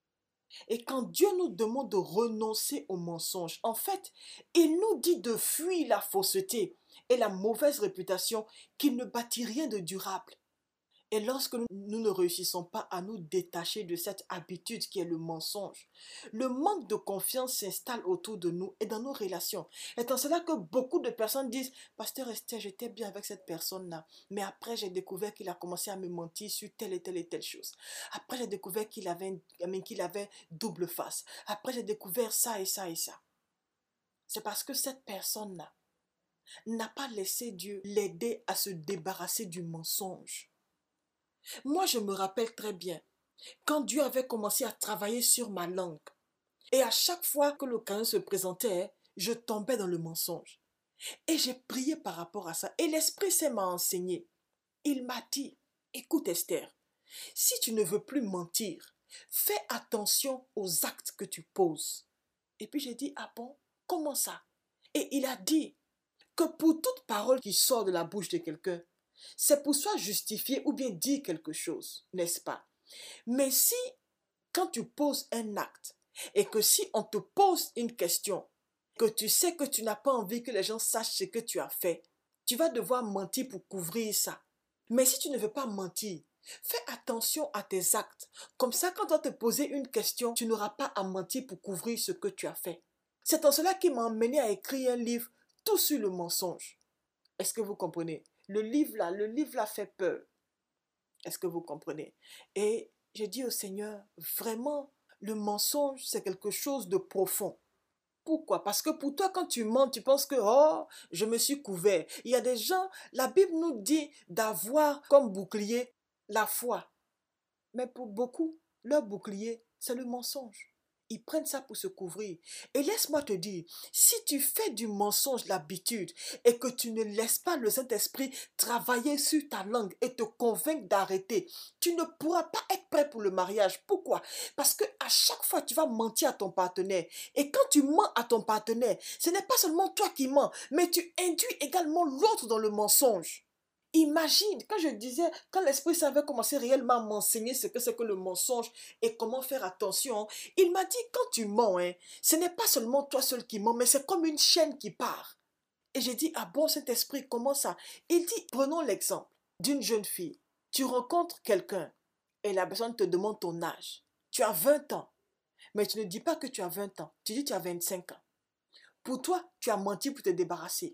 Et quand Dieu nous demande de renoncer au mensonge, en fait, il nous dit de fuir la fausseté et la mauvaise réputation qui ne bâtit rien de durable. Et lorsque nous, nous ne réussissons pas à nous détacher de cette habitude qui est le mensonge, le manque de confiance s'installe autour de nous et dans nos relations. Et dans cela que beaucoup de personnes disent, Pasteur Esther, j'étais bien avec cette personne-là, mais après j'ai découvert qu'il a commencé à me mentir sur telle et telle et telle chose. Après j'ai découvert qu'il avait, qu'il avait double face. Après j'ai découvert ça et ça et ça. C'est parce que cette personne-là n'a pas laissé Dieu l'aider à se débarrasser du mensonge. Moi, je me rappelle très bien, quand Dieu avait commencé à travailler sur ma langue, et à chaque fois que l'occasion se présentait, je tombais dans le mensonge. Et j'ai prié par rapport à ça, et l'Esprit Saint m'a enseigné. Il m'a dit, écoute Esther, si tu ne veux plus mentir, fais attention aux actes que tu poses. Et puis j'ai dit, ah bon, comment ça? Et il a dit que pour toute parole qui sort de la bouche de quelqu'un, c'est pour soit justifier ou bien dire quelque chose, n'est-ce pas? Mais si, quand tu poses un acte, et que si on te pose une question, que tu sais que tu n'as pas envie que les gens sachent ce que tu as fait, tu vas devoir mentir pour couvrir ça. Mais si tu ne veux pas mentir, fais attention à tes actes. Comme ça, quand on va te poser une question, tu n'auras pas à mentir pour couvrir ce que tu as fait. C'est en cela qui m'a emmené à écrire un livre, tout sur le mensonge. Est-ce que vous comprenez? Le livre là, le livre là fait peur. Est-ce que vous comprenez? Et j'ai dit au Seigneur, vraiment, le mensonge, c'est quelque chose de profond. Pourquoi? Parce que pour toi, quand tu mens, tu penses que, oh, je me suis couvert. Il y a des gens, la Bible nous dit d'avoir comme bouclier la foi. Mais pour beaucoup, leur bouclier, c'est le mensonge. Ils prennent ça pour se couvrir. Et laisse-moi te dire, si tu fais du mensonge l'habitude et que tu ne laisses pas le Saint-Esprit travailler sur ta langue et te convaincre d'arrêter, tu ne pourras pas être prêt pour le mariage. Pourquoi? Parce que à chaque fois, tu vas mentir à ton partenaire. Et quand tu mens à ton partenaire, ce n'est pas seulement toi qui mens, mais tu induis également l'autre dans le mensonge. Imagine, quand je disais, quand l'Esprit Saint avait commencé réellement à m'enseigner ce que c'est que le mensonge et comment faire attention, il m'a dit, quand tu mens, hein, ce n'est pas seulement toi seul qui mens, mais c'est comme une chaîne qui part. Et j'ai dit, ah bon, Saint-Esprit, comment ça? Il dit, prenons l'exemple d'une jeune fille. Tu rencontres quelqu'un et la personne te demande ton âge. tu as vingt ans, mais tu ne dis pas que tu as vingt ans, tu dis que tu as vingt-cinq ans. Pour toi, tu as menti pour te débarrasser.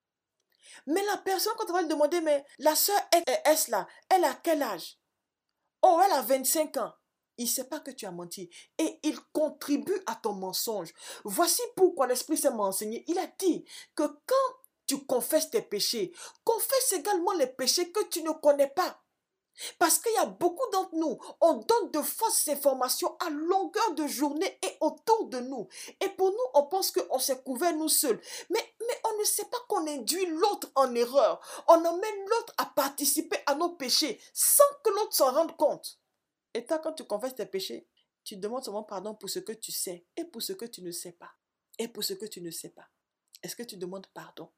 Mais la personne, quand on va lui demander, mais la sœur S là, elle a quel âge? Oh, elle a vingt-cinq ans. Il ne sait pas que tu as menti. Et il contribue à ton mensonge. Voici pourquoi l'Esprit Saint m'a enseigné. Il a dit que quand tu confesses tes péchés, confesse également les péchés que tu ne connais pas. Parce qu'il y a beaucoup d'entre nous, on donne de fausses informations à longueur de journée et autour de nous. Et pour nous, on pense qu'on s'est couvert nous seuls. Mais, mais on ne sait pas qu'on induit l'autre en erreur. On emmène l'autre à participer à nos péchés sans que l'autre s'en rende compte. Et toi, quand tu confesses tes péchés, tu demandes seulement pardon pour ce que tu sais et pour ce que tu ne sais pas. Et pour ce que tu ne sais pas. Est-ce que tu demandes pardon?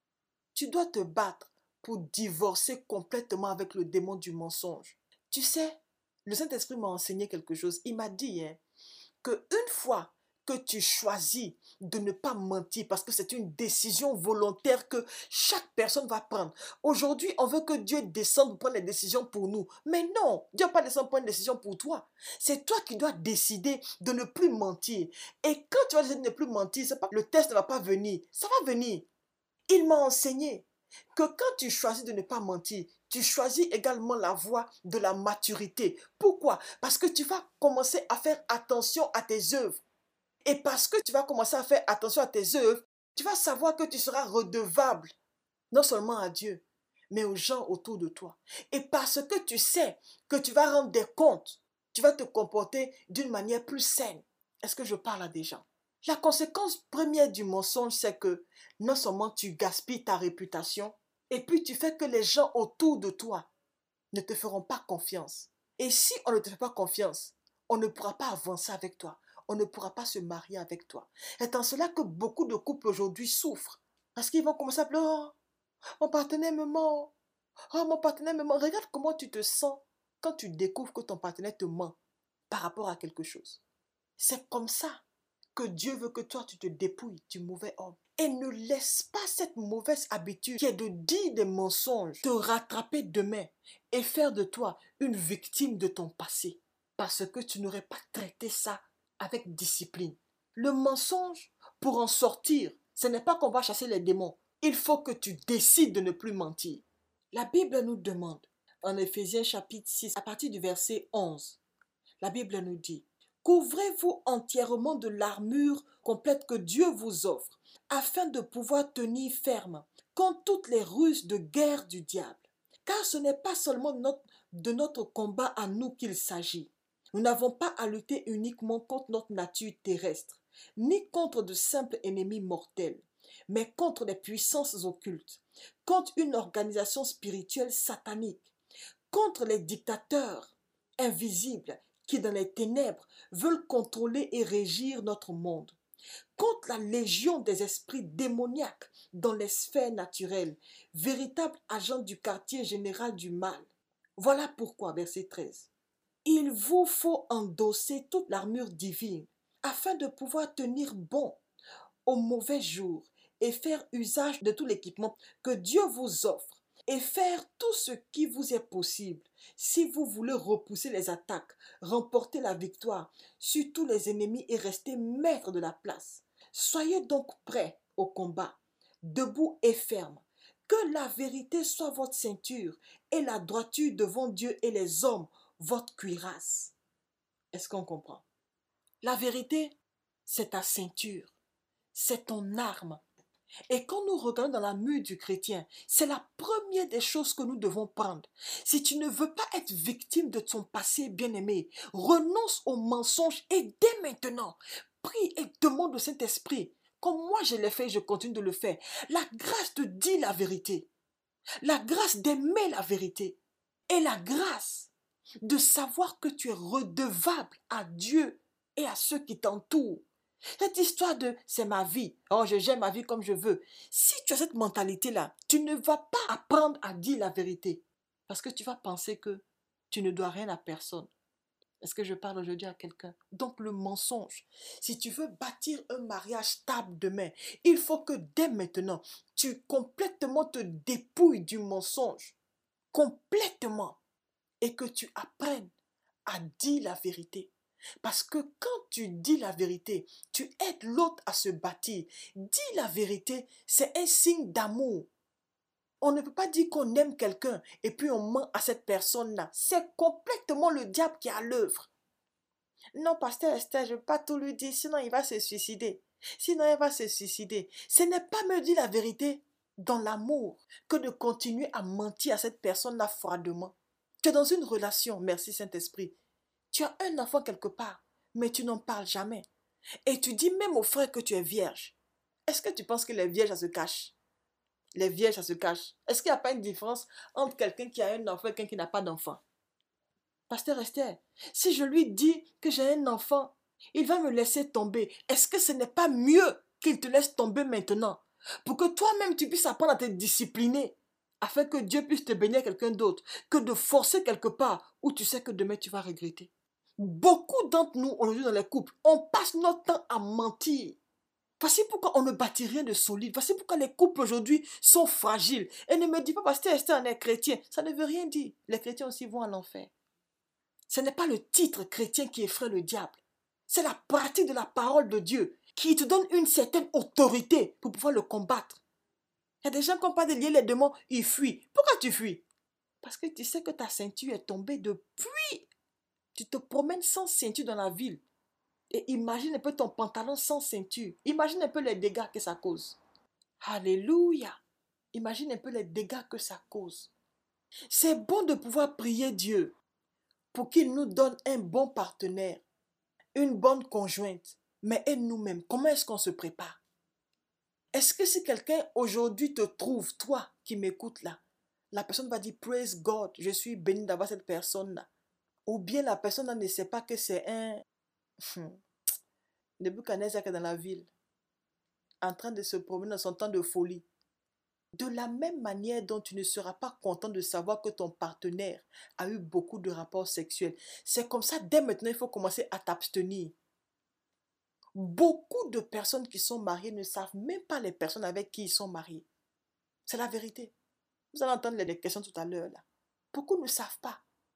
Tu dois te battre pour divorcer complètement avec le démon du mensonge. Tu sais, le Saint-Esprit m'a enseigné quelque chose. Il m'a dit hein, qu'une fois que tu choisis de ne pas mentir, parce que c'est une décision volontaire que chaque personne va prendre. Aujourd'hui, on veut que Dieu descende pour prendre les décisions pour nous. Mais non, Dieu n'a pas descendu pour prendre une décision pour toi. C'est toi qui dois décider de ne plus mentir. Et quand tu vas décider de ne plus mentir, c'est pas que le test ne va pas venir. Ça va venir. Il m'a enseigné que quand tu choisis de ne pas mentir, tu choisis également la voie de la maturité. Pourquoi? Parce que tu vas commencer à faire attention à tes œuvres. Et parce que tu vas commencer à faire attention à tes œuvres, tu vas savoir que tu seras redevable, non seulement à Dieu, mais aux gens autour de toi. Et parce que tu sais que tu vas rendre des comptes, tu vas te comporter d'une manière plus saine. Est-ce que je parle à des gens? La conséquence première du mensonge, c'est que non seulement tu gaspilles ta réputation, et puis tu fais que les gens autour de toi ne te feront pas confiance. Et si on ne te fait pas confiance, on ne pourra pas avancer avec toi. On ne pourra pas se marier avec toi. C'est en cela que beaucoup de couples aujourd'hui souffrent. Parce qu'ils vont commencer à pleurer. Oh, mon partenaire me ment. Oh, mon partenaire me ment. Regarde comment tu te sens quand tu découvres que ton partenaire te ment par rapport à quelque chose. C'est comme ça que Dieu veut que toi, tu te dépouilles du mauvais homme. Et ne laisse pas cette mauvaise habitude qui est de dire des mensonges te rattraper demain et faire de toi une victime de ton passé. Parce que tu n'aurais pas traité ça avec discipline. Le mensonge, pour en sortir, ce n'est pas qu'on va chasser les démons. Il faut que tu décides de ne plus mentir. La Bible nous demande, en Éphésiens chapitre six, à partir du verset onze, la Bible nous dit: couvrez-vous entièrement de l'armure complète que Dieu vous offre, afin de pouvoir tenir ferme contre toutes les ruses de guerre du diable. Car ce n'est pas seulement notre, de notre combat à nous qu'il s'agit. Nous n'avons pas à lutter uniquement contre notre nature terrestre, ni contre de simples ennemis mortels, mais contre les puissances occultes, contre une organisation spirituelle satanique, contre les dictateurs invisibles qui, dans les ténèbres, veulent contrôler et régir notre monde, contre la légion des esprits démoniaques dans les sphères naturelles, véritables agents du quartier général du mal. Voilà pourquoi, verset treize, il vous faut endosser toute l'armure divine afin de pouvoir tenir bon au mauvais jour et faire usage de tout l'équipement que Dieu vous offre et faire tout ce qui vous est possible si vous voulez repousser les attaques, remporter la victoire sur tous les ennemis et rester maître de la place. Soyez donc prêts au combat, debout et ferme. Que la vérité soit votre ceinture et la droiture devant Dieu et les hommes votre cuirasse. Est-ce qu'on comprend? La vérité, c'est ta ceinture, c'est ton arme. Et quand nous regardons dans la mue du chrétien, c'est la première des choses que nous devons prendre. Si tu ne veux pas être victime de ton passé bien-aimé, renonce au mensonge et dès maintenant, prie et demande au Saint-Esprit, comme moi je l'ai fait et je continue de le faire, la grâce de dire la vérité, la grâce d'aimer la vérité et la grâce de savoir que tu es redevable à Dieu et à ceux qui t'entourent. Cette histoire de « c'est ma vie, oh, je gère ma vie comme je veux ». Si tu as cette mentalité-là, tu ne vas pas apprendre à dire la vérité parce que tu vas penser que tu ne dois rien à personne. Est-ce que je parle aujourd'hui à quelqu'un? Donc le mensonge, si tu veux bâtir un mariage stable demain, il faut que dès maintenant, tu complètement te dépouilles du mensonge. Complètement. Et que tu apprennes à dire la vérité. Parce que quand tu dis la vérité, tu aides l'autre à se bâtir. Dis la vérité, c'est un signe d'amour. On ne peut pas dire qu'on aime quelqu'un et puis on ment à cette personne-là. C'est complètement le diable qui est à l'œuvre. Non, pasteur Esther, je ne veux pas tout lui dire, sinon il va se suicider. Sinon il va se suicider. Ce n'est pas me dire la vérité dans l'amour que de continuer à mentir à cette personne-là froidement. Tu es dans une relation, merci Saint-Esprit. Tu as un enfant quelque part, mais tu n'en parles jamais. Et tu dis même aux frères que tu es vierge. Est-ce que tu penses que les vierges, ça se cache? Les vierges, ça se cache. Est-ce qu'il n'y a pas une différence entre quelqu'un qui a un enfant et quelqu'un qui n'a pas d'enfant? Pasteur Esther, si je lui dis que j'ai un enfant, il va me laisser tomber. Est-ce que ce n'est pas mieux qu'il te laisse tomber maintenant pour que toi-même tu puisses apprendre à te discipliner afin que Dieu puisse te bénir quelqu'un d'autre que de forcer quelque part où tu sais que demain tu vas regretter? Beaucoup d'entre nous aujourd'hui dans les couples, on passe notre temps à mentir. Voici pourquoi on ne bâtit rien de solide. Voici pourquoi les couples aujourd'hui sont fragiles. Et ne me dis pas, pasteur Esther, on est chrétien. Ça ne veut rien dire. Les chrétiens aussi vont à l'enfer. Ce n'est pas le titre chrétien qui effraie le diable. C'est la pratique de la parole de Dieu qui te donne une certaine autorité pour pouvoir le combattre. Il y a des gens qui n'ont pas de lier les démons, ils fuient. Pourquoi tu fuis? Parce que tu sais que ta ceinture est tombée depuis. Tu te promènes sans ceinture dans la ville. Et imagine un peu ton pantalon sans ceinture. Imagine un peu les dégâts que ça cause. Alléluia. Imagine un peu les dégâts que ça cause. C'est bon de pouvoir prier Dieu pour qu'il nous donne un bon partenaire, une bonne conjointe. Mais et nous-mêmes, comment est-ce qu'on se prépare? Est-ce que si quelqu'un aujourd'hui te trouve, toi qui m'écoutes là, la personne va dire « Praise God, je suis béni d'avoir cette personne-là ». Ou bien la personne ne sait pas que c'est un... Nebuchadnezzar qui est dans la ville, en train de se promener dans son temps de folie. De la même manière dont tu ne seras pas content de savoir que ton partenaire a eu beaucoup de rapports sexuels. C'est comme ça, dès maintenant, il faut commencer à t'abstenir. Beaucoup de personnes qui sont mariées ne savent même pas les personnes avec qui ils sont mariés. C'est la vérité. Vous allez entendre les questions tout à l'heure là. Beaucoup ne savent pas.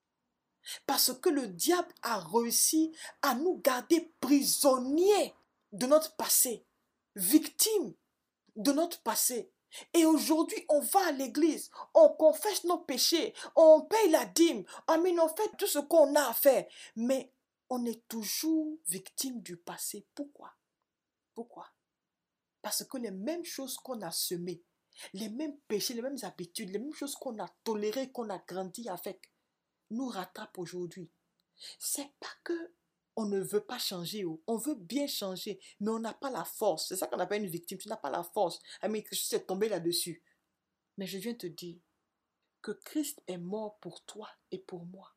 Parce que le diable a réussi à nous garder prisonniers de notre passé, victimes de notre passé. Et aujourd'hui, on va à l'église, on confesse nos péchés, on paye la dîme, amen, on fait tout ce qu'on a à faire. Mais on est toujours victime du passé. Pourquoi? Pourquoi? Parce que les mêmes choses qu'on a semées, les mêmes péchés, les mêmes habitudes, les mêmes choses qu'on a tolérées, qu'on a grandi avec, nous rattrapent aujourd'hui. C'est pas que on ne veut pas changer, on veut bien changer, mais on n'a pas la force. C'est ça qu'on appelle une victime, tu n'as pas la force. Ah, mais quelque chose est tombé là-dessus. Mais je viens te dire que Christ est mort pour toi et pour moi.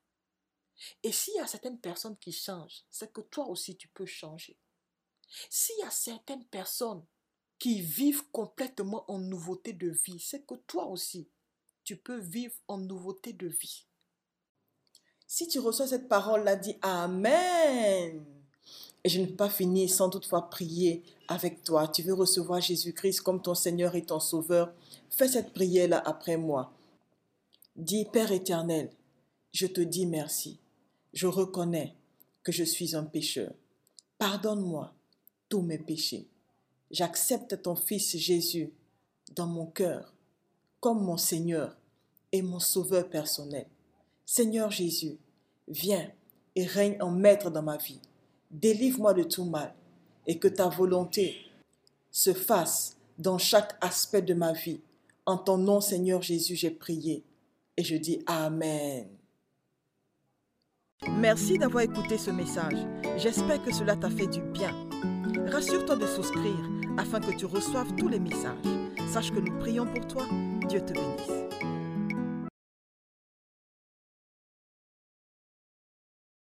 Et s'il y a certaines personnes qui changent, c'est que toi aussi tu peux changer. S'il y a certaines personnes qui vivent complètement en nouveauté de vie, c'est que toi aussi tu peux vivre en nouveauté de vie. Si tu reçois cette parole-là, dis Amen. Et je ne peux pas finir sans toutefois prier avec toi. Tu veux recevoir Jésus-Christ comme ton Seigneur et ton Sauveur. Fais cette prière-là après moi. Dis, Père éternel, je te dis merci. Je reconnais que je suis un pécheur. Pardonne-moi tous mes péchés. J'accepte ton Fils Jésus dans mon cœur comme mon Seigneur et mon Sauveur personnel. Seigneur Jésus, viens et règne en maître dans ma vie. Délivre-moi de tout mal et que ta volonté se fasse dans chaque aspect de ma vie. En ton nom, Seigneur Jésus, j'ai prié et je dis Amen. Merci d'avoir écouté ce message. J'espère que cela t'a fait du bien. Rassure-toi de souscrire afin que tu reçoives tous les messages. Sache que nous prions pour toi. Dieu te bénisse.